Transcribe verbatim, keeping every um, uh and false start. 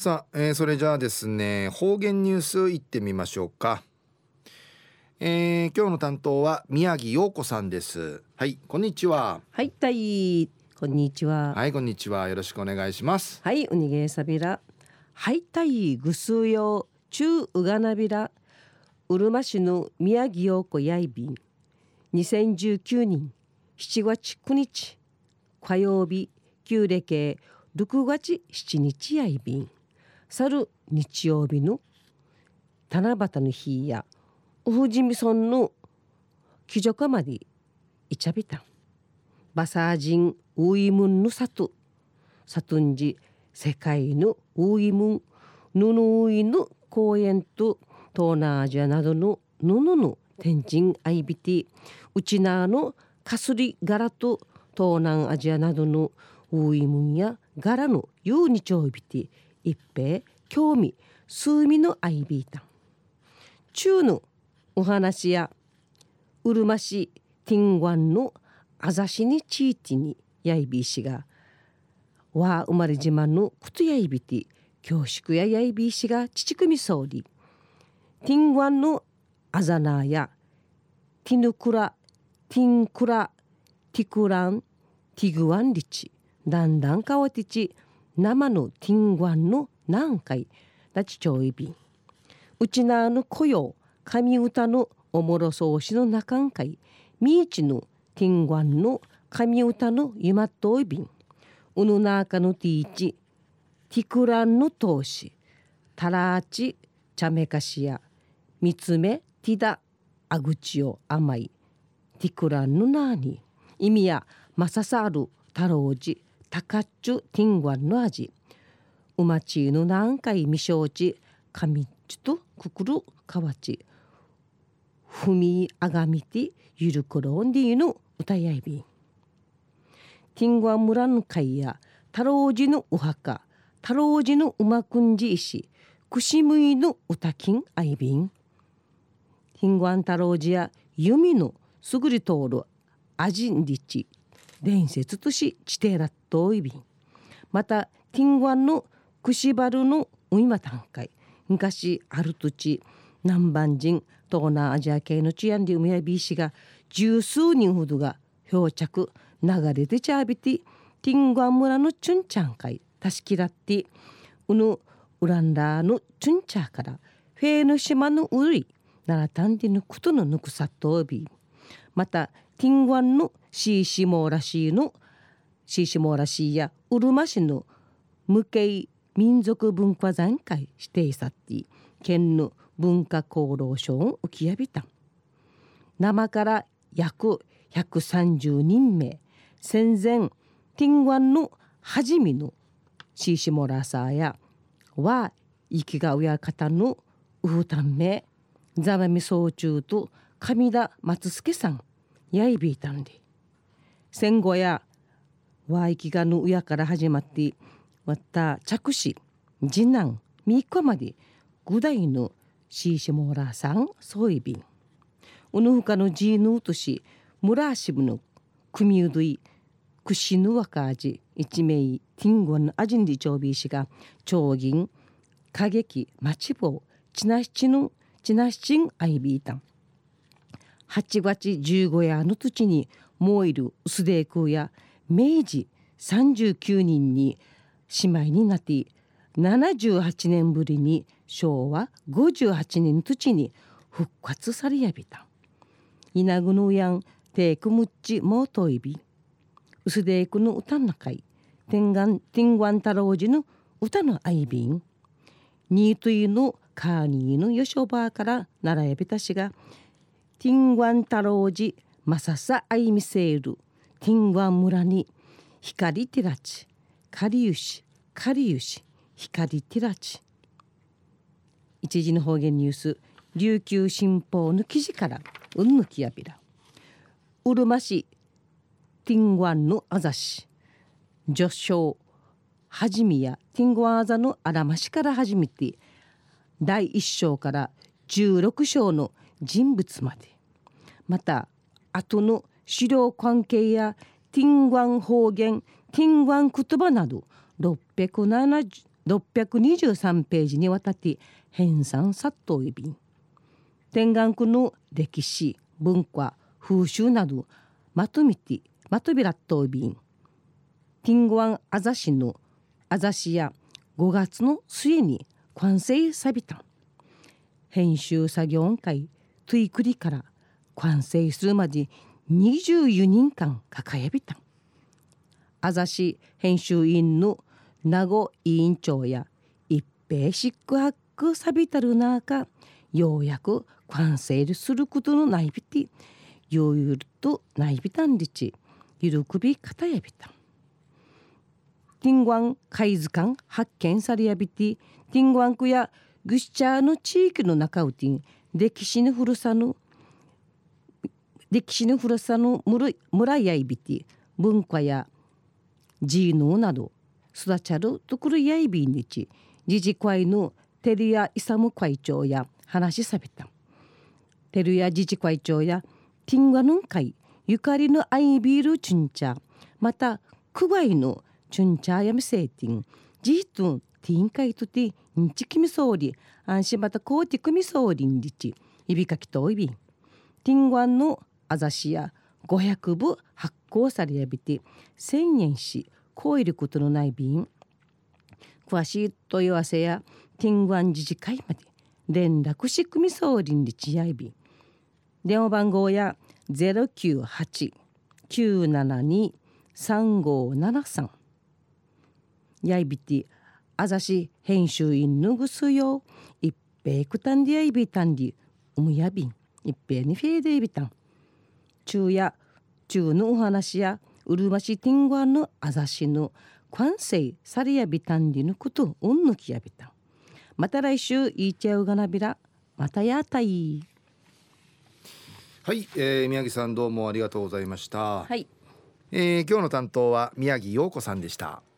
さあ、えー、それじゃあですね、方言ニュースいってみましょうか。えー、今日の担当は宮城陽子さんです。はい、こんにちは。 はい、たい、こんにちは。 はい、こんにちは。よろしくお願いします。 はい、うにげさびら。はい、たい、ぐすうよう、ちゅううがなびら。うるま市の宮城陽子やいびん。にせんじゅうきゅうねんしちがつくにち、火曜日、旧暦ろくがつしちにちやいびん。去る日曜日の七夕の日や、うふじみ村の貴女かまでいちゃびたん。バサージンウイムンの里サトンジ世界のウイムンヌヌウイの公園と東南アジアなどのヌヌの天神アイビティウチナーのカスリガラと東南アジアなどのウイムンやガラのユーニチョイビティ一平興味数味のアイビータン中のお話やうるま市ティングワンのあざしにちいてにやいびいしがわ生まれ自慢のことやいびて恐縮ややいびいしがちちくみそうりティングワンのあざなやティヌクラティンクラティクランティグワンリチだんだんかわてち生のティングワンの何回だちちょいびんうちなの雇用神歌のおもろそうしの中んかいみいちのティングワンの神歌のゆまっといびんうぬなかのティーチティクランの投資タラーチチャメカシやみつめティダアグチオ甘いティクランのなに意味やマササールタロージタカッチュティングワンの味うまちの何回みしょうちかみっちとくくるかわちふみあがみてゆるくろんでいの歌やいびんティングワン村の会やタロージのお墓タロージのうまくんじ石くしむいの歌金あいびんティングワンタロージや弓のすぐり通るアジンリチ伝説とし地底ラットいびんまたティングワンのくしばるのういまたんかい昔ある土地南蛮人東南アジア系の治安で海やビーシが十数人ほどが漂着流れてちゃびてティングワン村のチュンチャンかいたしきらってうぬウランダーのチュンチャーからフェーの島のういならたんでのことのぬくさとびまたティングワンのシーシモーラシーのシーシモーラシーやうるま市の無形民族文化財会指定さって県の文化功労賞を浮きやびた生から約ひゃくさんじゅうにんめい戦前ティングワンのはじめのシーシモラサーやは生きが親方のウフタンメザマミソウチュウと上田松助さんやいびいたんで戦後やわ生きがの親から始まってわった着手次男みっかまでぐだいのシーシモラさんそういびんうぬふかのジーヌーとし村足部の組うどいくしぬわか味一名ティンゴンのアジンディチョービー氏が長銀過激待ち棒チナシチのチナシチンアイビータンはちがつじゅうごやの土にもういる薄で空や明治さんじゅうきゅうにんに姉妹になってななじゅうはちねんぶりに昭和ごじゅうはちねんの土に復活されやびたイナグヌヤンテークムッチモートイビウスデークの歌の会テンガンティングワンタロージの歌のアイビンニートイのカーニーのヨショバーから習えびたしがティングワンタロージマササアイミセールティングワン村に光ティラチカリユシカリユシ光ティラチ一時の方言ニュース琉球新報の記事からうんぬきやびらうるま市ティングワンのあざし序章はじみやティングワンあざのあらましから始めてだいいっ章からじゅうろく章の人物までまた後の資料関係やティングワン方言ティングワン言葉などろっぴゃくななじゅろっぴゃくにじゅうさんページにわたって編纂さっといびん。天眼区の歴史、文化、風習などまとめてまとめらっといびん。ティングワンあざしのあざしやごがつの末に完成さびたん。編集作業会といくりから完成するまでにじゅうよにんかんかかやびたん。あざし編集員の名護委員長や一平シックハックさびたる中、ようやく完成することのないびて、ようゆるとないびたんりち、ゆるくびかたやびたん。ティングワン海図館発見されやびて、ティングワン区やグシチャーの地域の中うてん、歴史の古さの歴史の古さの村村やいびて、文化やジーノーなど育ちゃるところやいびんにち、自治会のテルヤイサム会長や話しさびた。テルヤ自治会長やティンガヌン会ゆかりのアイビールチュンチャー、またクワイのチュンチャーやみせいティン、ジートンティン会とてんちきみそうり、あんしまたこうてくみそうりんりち、いびかきといびん。ティンガンのあざしやごひゃくぶ発行されやびてせんえんし超えることのない便。詳しい問い合わせやティングワン自治会まで連絡し組総林立やいびん。電話番号や ゼロきゅうはち きゅうななに さんごななさん やいびてあざし編集員のぐすよ一平くたんでやいびたんりうむやびん一平にフェーでいびたん。中や中のお話やうるましティングワンのあざしの完成されやびたんりのことをんぬきやびたん。また来週いいちゃうがなびらまたやたい。 はい、えー、宮城さんどうもありがとうございました。 はい、 えー、今日の担当は宮城陽子さんでした。